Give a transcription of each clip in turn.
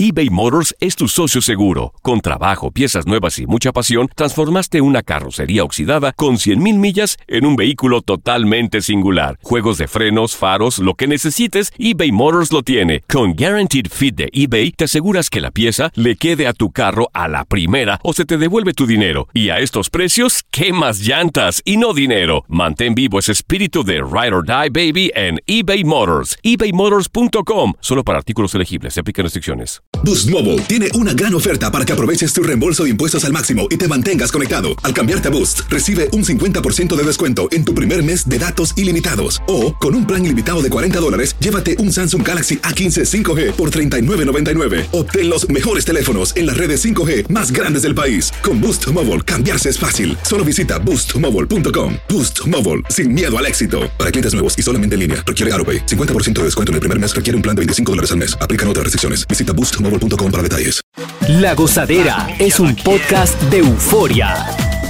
eBay Motors es tu socio seguro. Con trabajo, piezas nuevas y mucha pasión, transformaste una carrocería oxidada con 100,000 millas en un vehículo totalmente singular. Juegos de frenos, faros, lo que necesites, eBay Motors lo tiene. Con Guaranteed Fit de eBay, te aseguras que la pieza le quede a tu carro a la primera o se te devuelve tu dinero. Y a estos precios, ¿qué más llantas y no dinero? Mantén vivo ese espíritu de Ride or Die, baby, en eBay Motors. ebaymotors.com. Solo para artículos elegibles. Se aplican restricciones. Boost Mobile tiene una gran oferta para que aproveches tu reembolso de impuestos al máximo y te mantengas conectado. Al cambiarte a Boost, recibe un 50% de descuento en tu primer mes de datos ilimitados. O, con un plan ilimitado de $40, llévate un Samsung Galaxy A15 5G por $39.99. Obtén los mejores teléfonos en las redes 5G más grandes del país. Con Boost Mobile, cambiarse es fácil. Solo visita boostmobile.com. Boost Mobile, sin miedo al éxito. Para clientes nuevos y solamente en línea, requiere AutoPay. 50% de descuento en el primer mes requiere un plan de $25 al mes. Aplican otras restricciones. Visita boostmobile.com para detalles. La Gozadera es un podcast de euforia.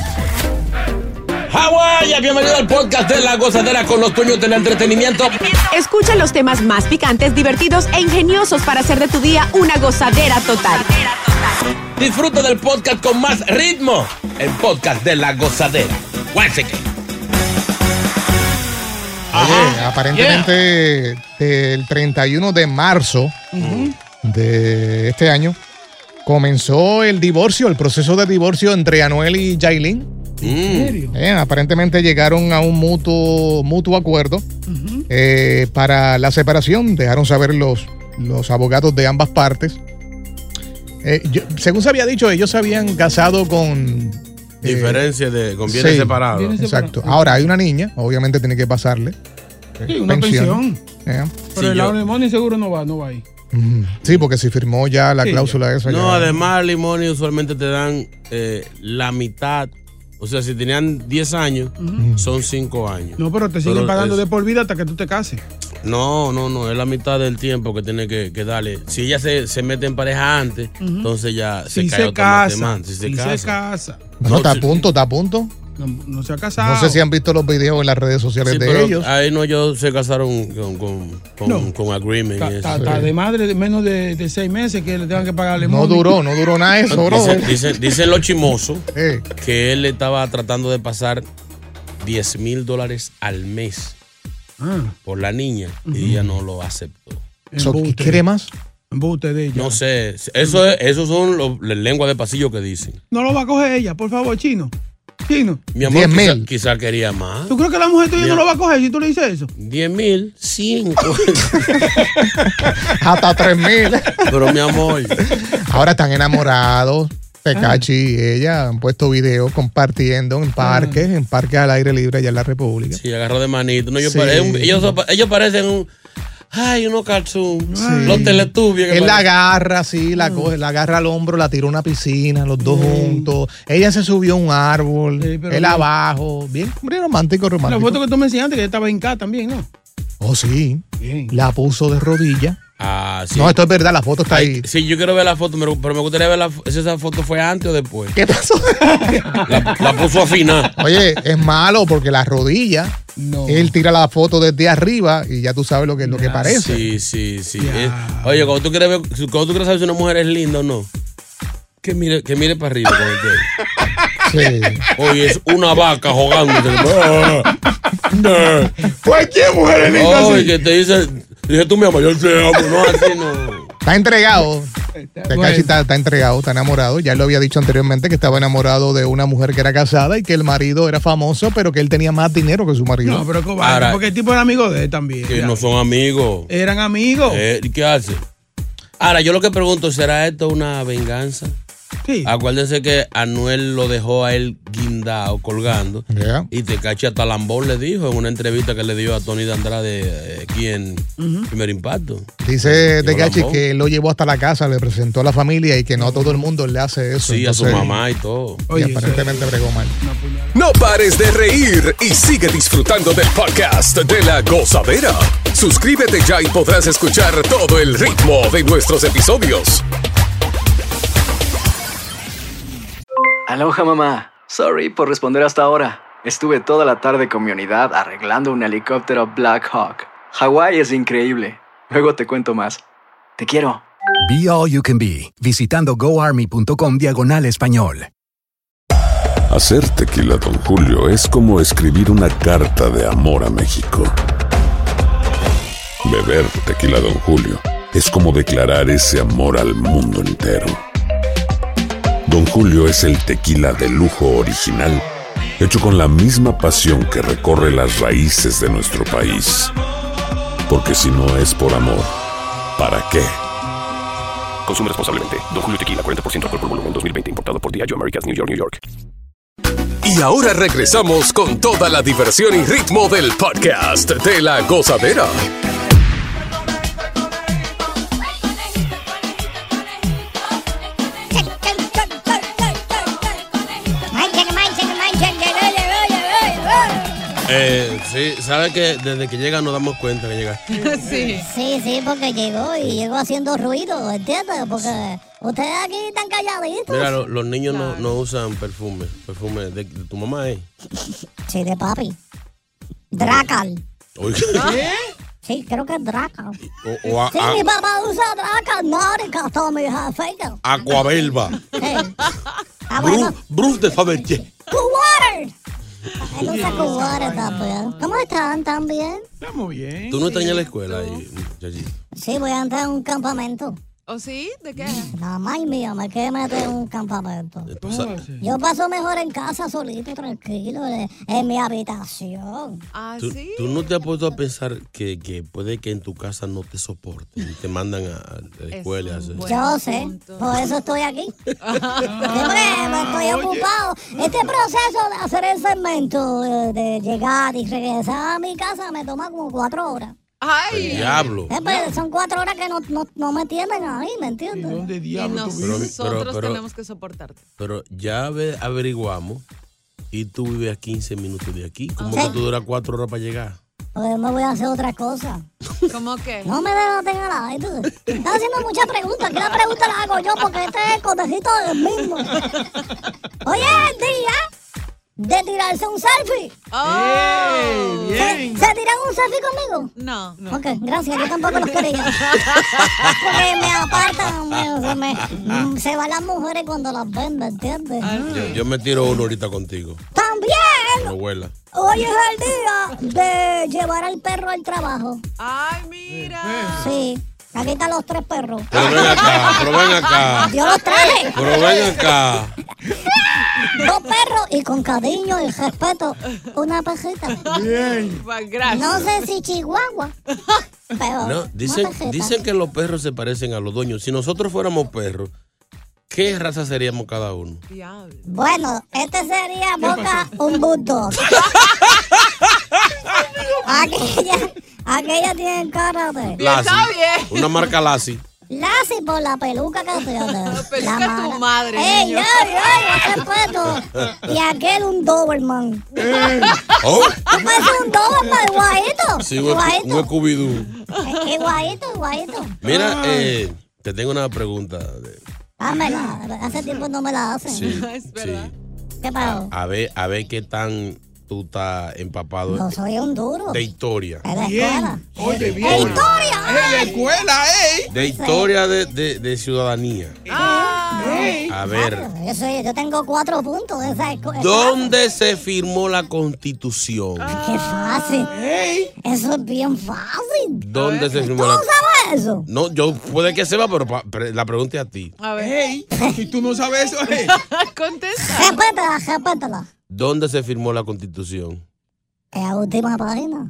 Hawái, bienvenido al podcast de La Gozadera con los dueños del entretenimiento. Escucha los temas más picantes, divertidos e ingeniosos para hacer de tu día una gozadera total. Disfruta del podcast con más ritmo. El podcast de La Gozadera. Guáseque. Oye, aparentemente el 31 de marzo de este año comenzó el proceso de divorcio entre Anuel y Yailin. ¿En serio? Aparentemente llegaron a un mutuo acuerdo para la separación. Dejaron saber los abogados de ambas partes. Según se había dicho, ellos se habían casado con diferencia con bienes separados. Exacto. Ahora hay una niña, obviamente tiene que pasarle una pensión. Pero sí, el Alimony seguro no va ahí. Sí, porque si firmó ya la cláusula esa. No, además Alimony usualmente te dan la mitad. O sea, si tenían 10 años, son 5 años. No, pero te siguen pagando de por vida hasta que tú te cases. No, es la mitad del tiempo que tiene que darle. Si ella se mete en pareja antes, entonces ya se cae automáticamente. Si se casa. No, está a punto. No se ha casado. No sé si han visto los videos en las redes sociales de ellos. Ahí ellos se casaron con agreement. Está de madre de menos de 6 meses que le tengan que pagarle. No duró nada eso, bro. Dicen los chimosos que él le estaba tratando de pasar $10,000 al mes por la niña y ella no lo aceptó. ¿Qué quiere más? Embuste de ella. No sé. Esos son las lenguas de pasillo que dicen. No lo va a coger ella, por favor, Chino. Mi amor, quizá quería más. ¿Tú crees que la mujer tuya no lo va a coger si tú le dices eso? 10,000, 5. Hasta 3,000. Pero mi amor. Ahora están enamorados. Tecachi y ella han puesto videos compartiendo en parques al aire libre allá en la República. Sí, agarró de manito. No, ellos parecen unos cartoons. Los Teletubbies. Él la agarra así, la coge, la agarra al hombro, la tira a una piscina, los dos juntos. Ella se subió a un árbol, él abajo. Bien romántico. La foto que tú me enseñaste, que ella estaba hincada también, ¿no? Oh, sí. Bien. La puso de rodillas. Sí. No, esto es verdad, la foto está ahí. Sí, yo quiero ver la foto, pero me gustaría ver si esa foto fue antes o después. ¿Qué pasó? La puso a afinar. Oye, es malo porque las rodillas, él tira la foto desde arriba y ya tú sabes lo que parece. Sí. Oye, cuando tú quieres saber si una mujer es linda o no, que mire para arriba. Sí. Oye, es una vaca jugándose. Cualquier mujer es linda. Oye, que te dice tú, mi amor, yo te amo. No, así no. Está entregado. Tecachi está entregado, está enamorado. Ya él lo había dicho anteriormente que estaba enamorado de una mujer que era casada y que el marido era famoso, pero que él tenía más dinero que su marido. No, pero cobarde, porque el tipo era amigo de él también. Que no son amigos. Eran amigos. ¿Y qué hace? Ahora, yo lo que pregunto, ¿será esto una venganza? Sí. Acuérdense que Anuel lo dejó a él guindado, colgando. Y Tecachi hasta Lambón le dijo en una entrevista que le dio a Tony de Andrade aquí en Primer Impacto. Dice Tecachi que él lo llevó hasta la casa, le presentó a la familia y que no a todo el mundo le hace eso. Sí, entonces, a su mamá y todo. Y aparentemente bregó mal. No pares de reír y sigue disfrutando del podcast de La Gozadera. Suscríbete ya y podrás escuchar todo el ritmo de nuestros episodios. Aloha, mamá. Sorry por responder hasta ahora. Estuve toda la tarde con mi unidad arreglando un helicóptero Black Hawk. Hawái es increíble. Luego te cuento más. Te quiero. Be All You Can Be, visitando goarmy.com/español. Hacer tequila Don Julio es como escribir una carta de amor a México. Beber tequila Don Julio es como declarar ese amor al mundo entero. Don Julio es el tequila de lujo original, hecho con la misma pasión que recorre las raíces de nuestro país. Porque si no es por amor, ¿para qué? Consume responsablemente. Don Julio Tequila, 40% alcohol por volumen, 2020. Importado por Diageo Americas, New York, New York. Y ahora regresamos con toda la diversión y ritmo del podcast de La Gozadera. Sí, ¿sabe que desde que llega nos damos cuenta que llega? Sí, porque llegó y llegó haciendo ruido, ¿entiendes? Porque ustedes aquí están calladitos. Mira, los niños no usan perfume de tu mamá, ¿eh? Sí, de papi. Dracal. ¿Qué? Sí, creo que es Dracal. Sí, mi mi papá usa Dracal, Nárica, Tommy Hilfiger. Aquabelva. Bruce de Fabergé. Cool Él usa Cool también. ¿Cómo están? ¿Tan bien? Estamos bien. ¿Tú no extrañas la escuela ahí, Chachi? Sí, voy a entrar en un campamento. ¿Oh, sí? ¿De qué? La madre mía, me quiere meter en un campamento. Yo paso mejor en casa solito, tranquilo, en mi habitación. ¿Ah, sí? ¿Tú no te has puesto a pensar que puede que en tu casa no te soporten y te mandan a la escuela? Y hacer... Yo sé, por eso estoy aquí. Siempre me estoy ocupado. Este proceso de hacer el segmento, de llegar y regresar a mi casa, me toma como 4 horas. ¡Ay! El diablo. Pues, son 4 horas que no me tienen ahí, ¿me entiendes? ¿Dónde Y diablo nosotros tenemos que soportarte. Pero ya averiguamos y tú vives a 15 minutos de aquí. ¿Cómo que tú duras 4 horas para llegar? Pues me voy a hacer otra cosa. ¿Cómo qué? No me dejen a la gente. Están haciendo muchas preguntas. ¿Qué la pregunta la hago yo? Porque este es el cotejito del mismo. Hoy es el día de tirarse un selfie. ¡Oh! Bien. ¿Se tiran un selfie conmigo? No. Ok, gracias. Yo tampoco los quería. Porque me apartan. Se van las mujeres cuando las ven, ¿me entiendes? Yo me tiro uno ahorita contigo. También. Abuela. Hoy es el día de llevar al perro al trabajo. ¡Ay, mira! Sí. Aquí están los 3 perros. Pero ven acá. Yo los traje. Pero ven acá. 2 perros y con cariño y respeto, una perrita. Bien. Gracias. No sé si chihuahua, pero No, dicen que los perros se parecen a los dueños. Si nosotros fuéramos perros, ¿qué raza seríamos cada uno? Diablo. Bueno, este sería Boca un bulldog. Aquella tiene cara de... Lassie. Está bien. Una marca Lassie. Lassie por la peluca que tiene. La peluca de tu madre, ¡Ey, niño. respeto! Y aquel un Doberman. Oh. Parece un Doberman, igualito. Sí, un Scooby-Doo. Igualito. Mira, te tengo una pregunta. Dámela, hace tiempo no me la hacen. Sí, Es verdad. ¿Qué pasó? A ver qué tan tú estás empapado No soy un duro. de historia. Es de escuela. Oye, bien. ¡De historia! ¡Es la escuela, ey! De historia de ciudadanía. A ver, Yo tengo 4 puntos de esa escuela. ¿dónde se firmó la Constitución? ¡Qué fácil! Eso es bien fácil. ¿Dónde se ¿Tú firmó no la sabes eso? No, yo puede que sepa, pero la pregunta es a ti. A ver. Ey, si tú no sabes eso, ey. Contesta. Repétela. ¿Dónde se firmó la Constitución? En la última página.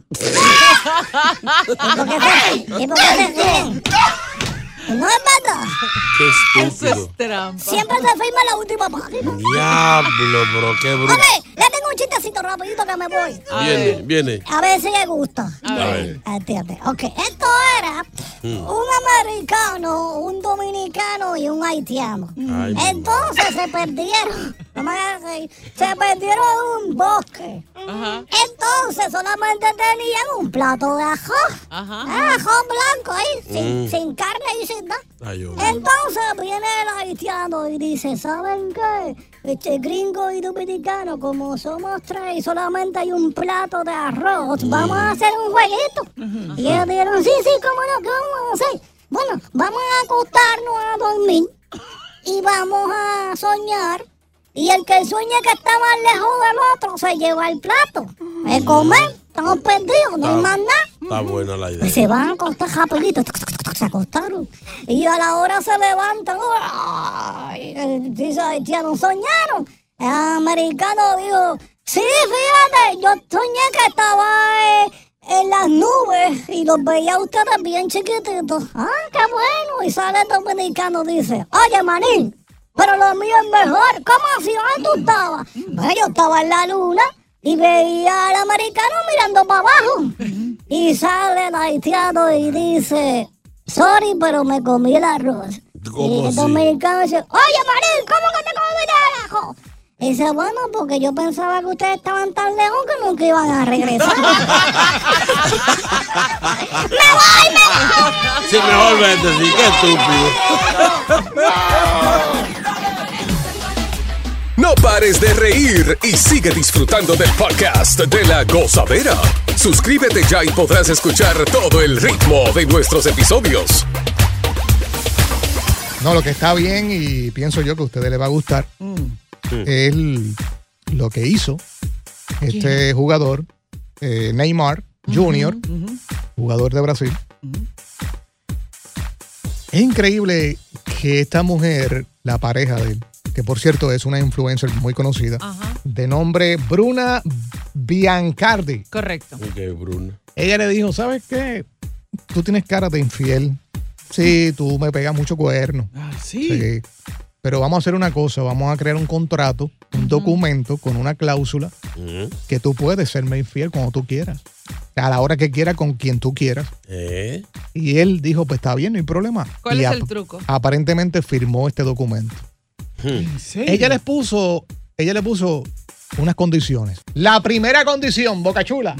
¿Y por qué se ríen? No es verdad. Qué Eso estúpido. es trampa. Siempre se firma en la última página. Diablo, bro, qué bruto. Ok, le tengo un chistecito rapidito que me voy. Viene. A ver si le gusta. A ver. Entiende. Ok, esto era un americano, un dominicano y un haitiano. Ay, Entonces se perdieron. No me hagas reír. Se perdieron en un bosque. Ajá. Entonces solamente tenían un plato de arroz. Ajá. Arroz blanco ahí, sin carne y sin nada. Ay, hombre. Entonces viene el haitiano y dice, ¿saben qué? Gringo y dominicano, como somos 3 y solamente hay un plato de arroz, vamos a hacer un jueguito. Y ellos dijeron, sí, ¿cómo no? ¿Qué vamos a hacer? Bueno, vamos a acostarnos a dormir y vamos a soñar. Y el que sueñe que está más lejos del otro se lleva el plato. Es comer, estamos perdidos, no hay más nada. Está buena la idea. Pues se van a acostar rapidito, se acostaron. Y a la hora se levantan. Dice haitiano, soñaron. El americano dijo, sí, fíjate, yo soñé que estaba en las nubes y los veía a ustedes bien chiquititos. Ah, qué bueno. Y sale el dominicano y dice, oye, manín, pero lo mío es mejor. ¿Cómo así? ¿Dónde tú estabas? Bueno, yo estaba en la luna y veía al americano mirando para abajo. Y sale el haitiano y dice, sorry, pero me comí el arroz. Y el dominicano dice, oye, manín, ¿cómo que te comiste el arroz? Y dice, bueno, porque yo pensaba que ustedes estaban tan lejos que nunca iban a regresar. ¡Me voy! Sí, mejor vete, sí, qué estúpido. No pares de reír y sigue disfrutando del podcast de La Gozadera. Suscríbete ya y podrás escuchar todo el ritmo de nuestros episodios. No, lo que está bien y pienso yo que a ustedes les va a gustar es lo que hizo este jugador, Neymar Jr., jugador de Brasil. Es increíble que esta mujer, la pareja de él, que por cierto es una influencer muy conocida, de nombre Bruna Biancardi. Correcto. Ok, Bruna. Ella le dijo, ¿sabes qué? Tú tienes cara de infiel. Sí, tú me pegas mucho cuerno. Sí. Pero vamos a hacer una cosa, vamos a crear un contrato, un documento con una cláusula que tú puedes serme infiel cuando tú quieras. A la hora que quieras, con quien tú quieras. Y él dijo, pues está bien, no hay problema. ¿Cuál y es el truco? Aparentemente firmó este documento. ¿En serio? Ella le puso unas condiciones. La primera condición, Boca Chula.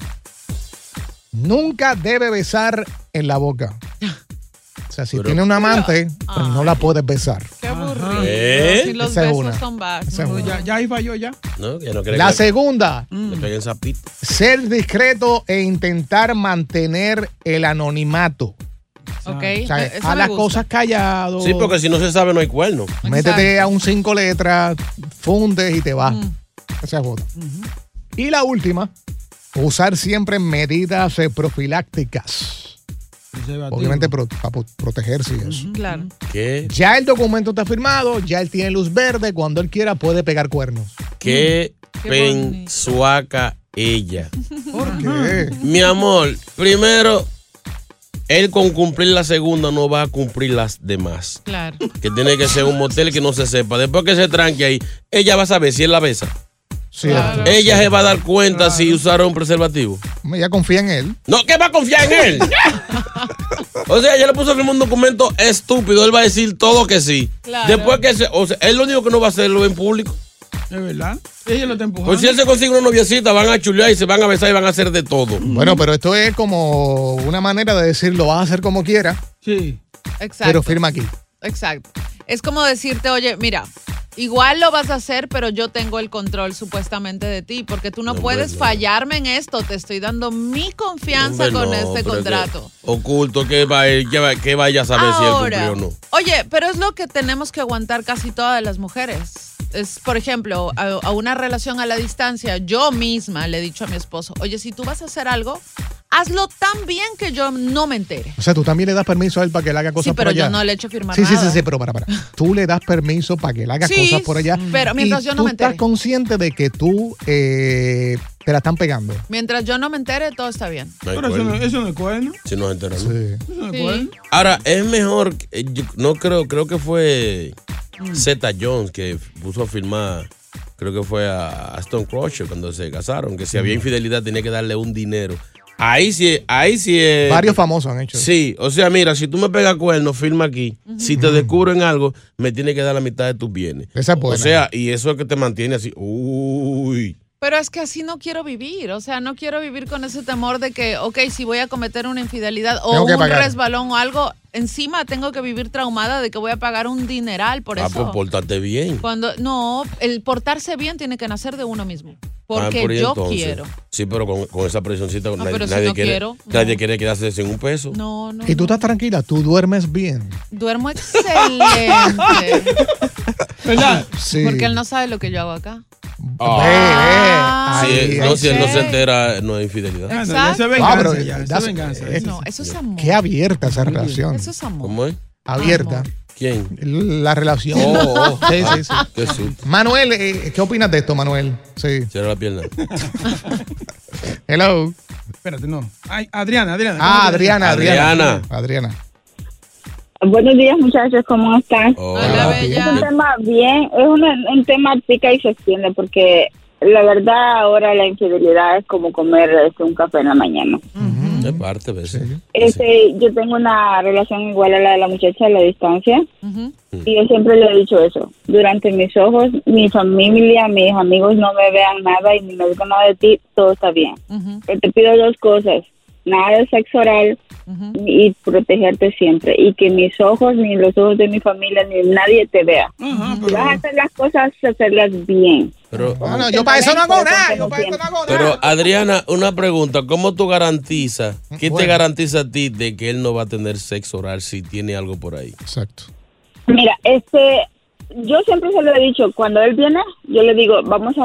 Nunca debe besar en la boca. O sea, si tiene un amante, pues no la puedes besar. Qué aburrido. Si los Esa es besos una. son básicos. Esa es una. Ya ahí falló ya. No, que no cree La que segunda, le peguen zapito. ser discreto e intentar mantener el anonimato. Ok, O sea, eso a me las gusta. cosas callado. Sí, porque si no se sabe no hay cuerno. Métete a un 5 letras, fundes y te vas. Esa es otra. Y la última, usar siempre medidas profilácticas. Obviamente para protegerse y eso. Claro. ¿Qué? Ya el documento está firmado, ya él tiene luz verde, cuando él quiera puede pegar cuernos. ¿Qué pensuaca ella? ¿Por qué? Mi amor, primero, él con cumplir la segunda no va a cumplir las demás. Claro. Que tiene que ser un motel que no se sepa. Después que se tranque ahí, ella va a saber si él la besa. Claro. Ella se va a dar cuenta si usaron un preservativo. Ella confía en él. No, ¿qué va a confiar en él? O sea, ella le puso a firmar un documento estúpido. Él va a decir todo que sí. Claro. Después que él lo único que no va a hacerlo en público. Es verdad. Ella lo está empujando. Pues si él se consigue una noviecita, van a chulear y se van a besar y van a hacer de todo. Bueno, pero esto es como una manera de decir, lo vas a hacer como quieras. Sí. Exacto. Pero firma aquí. Exacto. Es como decirte, oye, mira, igual lo vas a hacer, pero yo tengo el control supuestamente de ti, porque tú no puedes fallarme en esto. Te estoy dando mi confianza con este contrato. Oculto, que vaya a saber si él cumplió o no. Oye, pero es lo que tenemos que aguantar casi todas las mujeres. Es, por ejemplo, a una relación a la distancia, yo misma le he dicho a mi esposo, oye, si tú vas a hacer algo, hazlo tan bien que yo no me entere. O sea, tú también le das permiso a él para que él haga cosas Sí, pero por allá. yo no le he hecho firmar Sí, nada. pero para. Tú le das permiso para que él haga Sí, cosas por allá. pero mientras y yo no me tú estás entere. consciente de que tú te la están pegando. Mientras yo no me entere, todo está bien. No hay Pero cuerno. eso no es cuerno. Si nos enteramos. Eso no es Sí. cuerno. Ahora, es mejor, yo no creo que fue Zeta Jones que puso a firmar, creo que fue a Aston Crusher cuando se casaron, que si había infidelidad tenía que darle un dinero. Ahí sí es. Varios famosos han hecho eso. Sí, o sea, mira, si tú me pegas cuerno, firma aquí. Si te descubren algo, me tienes que dar la mitad de tus bienes. Esa es buena. O sea, y eso es que te mantiene así. Uy. Pero es que así no quiero vivir, o sea, no quiero vivir con ese temor de que, ok, si voy a cometer una infidelidad o Tengo que un pagar. resbalón o algo, encima tengo que vivir traumada de que voy a pagar un dineral por Ah, eso. pues pórtate bien. Cuando, no, el portarse bien tiene que nacer de uno mismo. Porque yo quiero. Sí, pero con esa presioncita pero si nadie no quiere, quiero, nadie quiere quedarse sin un peso. No. Y tú estás tranquila, tú duermes bien. Duermo excelente. ¿Verdad? Sí. Porque él no sabe lo que yo hago acá. Si él no se entera, no es infidelidad. Exacto. Eso es venganza. No, eso es amor. Qué abierta esa relación. Eso es amor. ¿Cómo es? Abierta. Amor. ¿Quién? La relación. Sí. Qué susto. Manuel, ¿qué opinas de esto, Manuel? Sí. Cierra la pierna. Hello. Espérate, no. Ay, Adriana. Adriana. Buenos días, muchachos, ¿cómo están? Hola, bella. Es un tema bien, es un tema pica y se extiende porque la verdad ahora la infidelidad es como comer un café en la mañana. Es parte, a veces. Yo tengo una relación igual a la de la muchacha a la distancia y yo siempre le he dicho eso. Durante mis ojos, mi familia, mis amigos no me vean nada y ni me digan nada de ti, todo está bien. Pero te pido dos cosas, nada de sexo oral y protegerte siempre. Y que mis ojos, ni los ojos de mi familia, ni nadie te vea. Si vas a hacer las cosas, hacerlas bien. Pero, yo para eso no hago nada. Pero, Adriana, una pregunta. ¿Cómo tú garantizas? ¿Qué te garantiza a ti de que él no va a tener sexo oral si tiene algo por ahí? Exacto. Mira, yo siempre se lo he dicho, cuando él viene, yo le digo,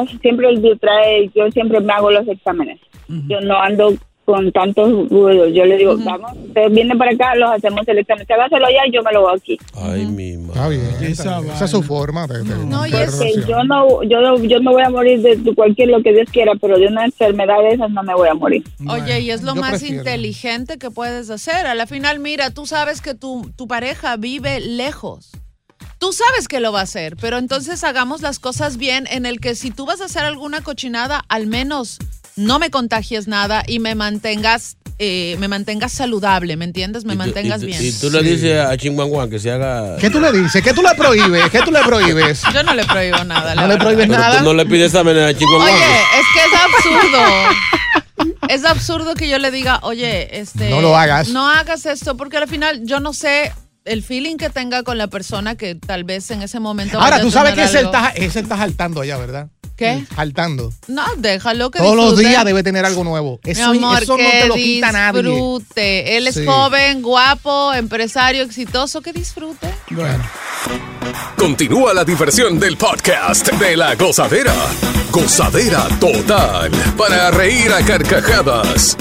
yo siempre me hago los exámenes. Yo no ando con tantos ruidos. Yo le digo, vamos, usted viene para acá, los hacemos el examen. Usted va a hacerlo allá y yo me lo voy aquí. Ay, mi madre. Está bien. Esa es su forma de porque yo no voy a morir de cualquier lo que Dios quiera, pero de una enfermedad de esas no me voy a morir. Oye, y es lo más inteligente que puedes hacer. A la final, mira, tú sabes que tu pareja vive lejos. Tú sabes que lo va a hacer, pero entonces hagamos las cosas bien en el que si tú vas a hacer alguna cochinada, al menos no me contagies nada y me mantengas saludable, ¿me entiendes? Me mantengas bien. Y tú le dices a Chingwanguan que se haga... ¿Qué tú le dices? ¿Qué tú le prohíbes? Yo no le prohíbo nada. ¿No le prohíbes Pero nada? tú no le pides examen a Chingwanguan. Oye, es que es absurdo. Es absurdo que yo le diga, oye, no lo hagas. No hagas esto, porque al final yo no sé el feeling que tenga con la persona que tal vez en ese momento... Ahora, tú sabes que ese él está saltando allá, ¿verdad? ¿Qué? Saltando. No, déjalo que todos disfrute. los días debe tener algo nuevo. Eso, Mi amor, eso no te lo quita nadie. Disfrute. Él es joven, guapo, empresario, exitoso. Que disfrute. Bueno. Continúa la diversión del podcast de La Gozadera. Gozadera total. Para reír a carcajadas.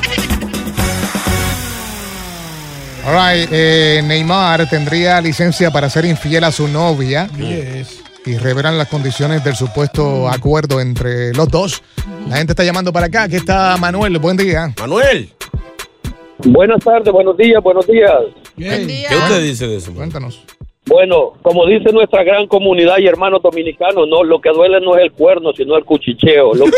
All right, Neymar tendría licencia para ser infiel a su novia. Yes. Y revelan las condiciones del supuesto acuerdo entre los dos. La gente está llamando para acá. Aquí está Manuel. Buen día. Manuel. Buenas tardes, buenos días. Buen día. ¿Qué usted dice de eso? Cuéntanos. Bueno, como dice nuestra gran comunidad y hermanos dominicanos, no, lo que duele no es el cuerno, sino el cuchicheo. Lo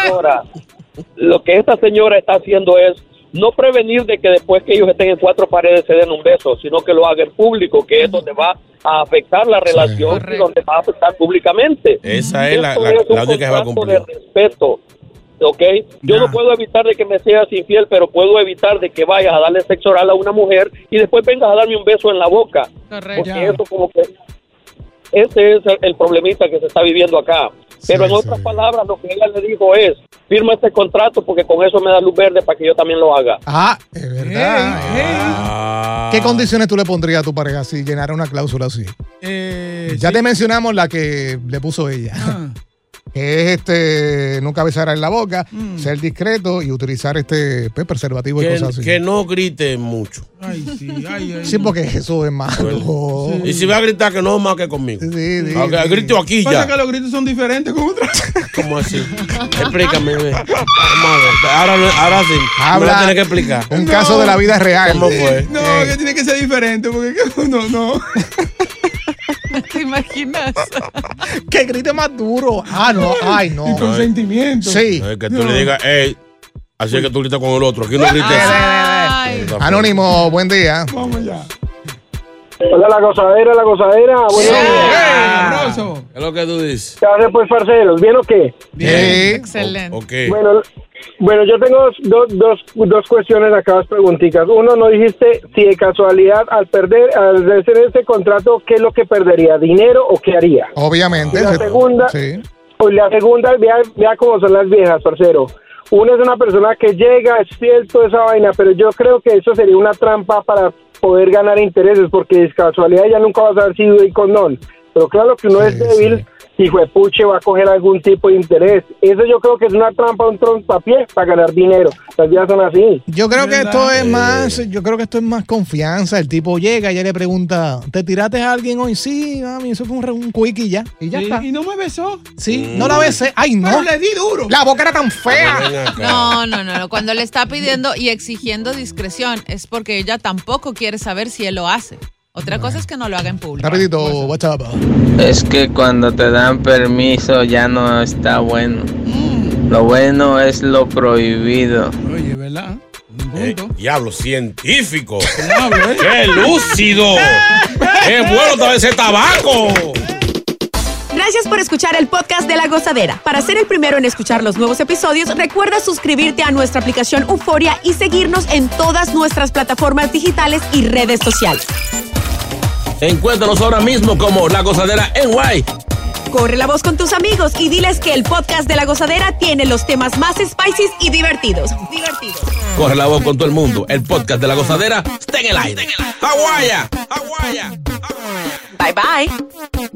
que esta señora está haciendo es no prevenir de que después que ellos estén en cuatro paredes se den un beso, sino que lo haga en público, que es donde va a afectar la relación y donde va a afectar públicamente. Esa es la única que va a cumplir. De respeto, ¿ok? Yo no puedo evitar de que me seas infiel, pero puedo evitar de que vayas a darle sexo oral a una mujer y después vengas a darme un beso en la boca. Correcto. Porque eso como que... Ese es el problemita que se está viviendo acá. Pero en otras palabras, lo que ella le dijo es, firma este contrato porque con eso me da luz verde para que yo también lo haga. Ah, es verdad. ¿Qué condiciones tú le pondrías a tu pareja si llenara una cláusula así? Ya te mencionamos la que le puso ella. Que es nunca besar en la boca, ser discreto y utilizar preservativo y cosas así. Que no grite mucho. Ay, sí, Sí, porque eso es malo. Sí. Y si va a gritar, que no más que conmigo. Sí. Grito aquí ya. Pasa que los gritos son diferentes con otros. ¿Cómo así? Explícame. Ahora sí. Me lo tienes que explicar. Un caso de la vida real. ¿Cómo fue? No, que tiene que ser diferente, porque uno no. ¿Te imaginas? Que grite más duro. No. Y con sentimiento. Sí. Que tú le digas, así es que tú gritas con el otro. Aquí no grites así. Anónimo, buen día. Vamos ya. Hola, la gozadera. Buenos días. ¿Qué es lo que tú dices? ¿Qué haces, pues, parceros? ¿Bien o qué? Bien. Excelente. Okay. Bueno, yo tengo dos cuestiones acá, dos preguntitas. Uno, no dijiste si de casualidad al hacer ese contrato, ¿qué es lo que perdería? ¿Dinero o qué haría? Obviamente. Y la segunda, sí. O la segunda, vea cómo son las viejas, parcero. Una es una persona que llega, es fiel, toda esa vaina, pero yo creo que eso sería una trampa para poder ganar intereses, porque de casualidad ya nunca vas a saber si y con non. Pero claro que uno es débil, y juepuche va a coger algún tipo de interés. Eso yo creo que es una trampa, un trontapié para ganar dinero. Las vías son así. Yo creo que esto es más confianza. El tipo llega y ya le pregunta, ¿te tiraste a alguien hoy? Sí, mami, eso fue un quick y ya está. ¿Y no me besó? Sí, no la besé. Ay, no. Pero le di duro. La boca era tan fea. No. Cuando le está pidiendo y exigiendo discreción es porque ella tampoco quiere saber si él lo hace. Otra cosa es que no lo haga en público. Rapidito, WhatsApp. Es que cuando te dan permiso ya no está bueno. Lo bueno es lo prohibido. Oye, ¿verdad? Diablo, científico. ¡Qué lúcido! ¡Qué bueno estaba ese tabaco! Gracias por escuchar el podcast de La Gozadera. Para ser el primero en escuchar los nuevos episodios, recuerda suscribirte a nuestra aplicación Euforia y seguirnos en todas nuestras plataformas digitales y redes sociales. Encuéntranos ahora mismo como La Gozadera NY. Corre la voz con tus amigos y diles que el podcast de La Gozadera tiene los temas más spicy y divertidos. Corre la voz con todo el mundo. El podcast de La Gozadera está en el aire. ¡Aguaya! Bye, bye.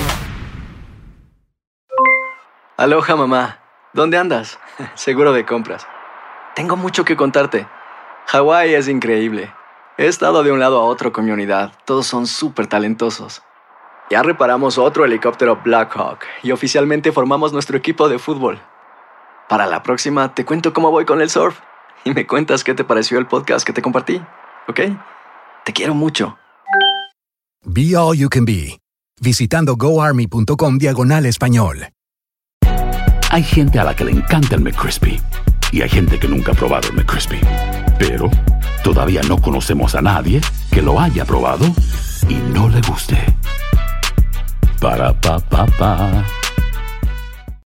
Aloha, mamá. ¿Dónde andas? Seguro de compras. Tengo mucho que contarte. Hawái es increíble. He estado de un lado a otro con mi unidad. Todos son súper talentosos. Ya reparamos otro helicóptero Blackhawk y oficialmente formamos nuestro equipo de fútbol. Para la próxima te cuento cómo voy con el surf y me cuentas qué te pareció el podcast que te compartí, ¿ok? Te quiero mucho. Be All You Can Be. Visitando goarmy.com/español. Hay gente a la que le encanta el McCrispy y hay gente que nunca ha probado el McCrispy. Pero todavía no conocemos a nadie que lo haya probado y no le guste. Para pa pa pa.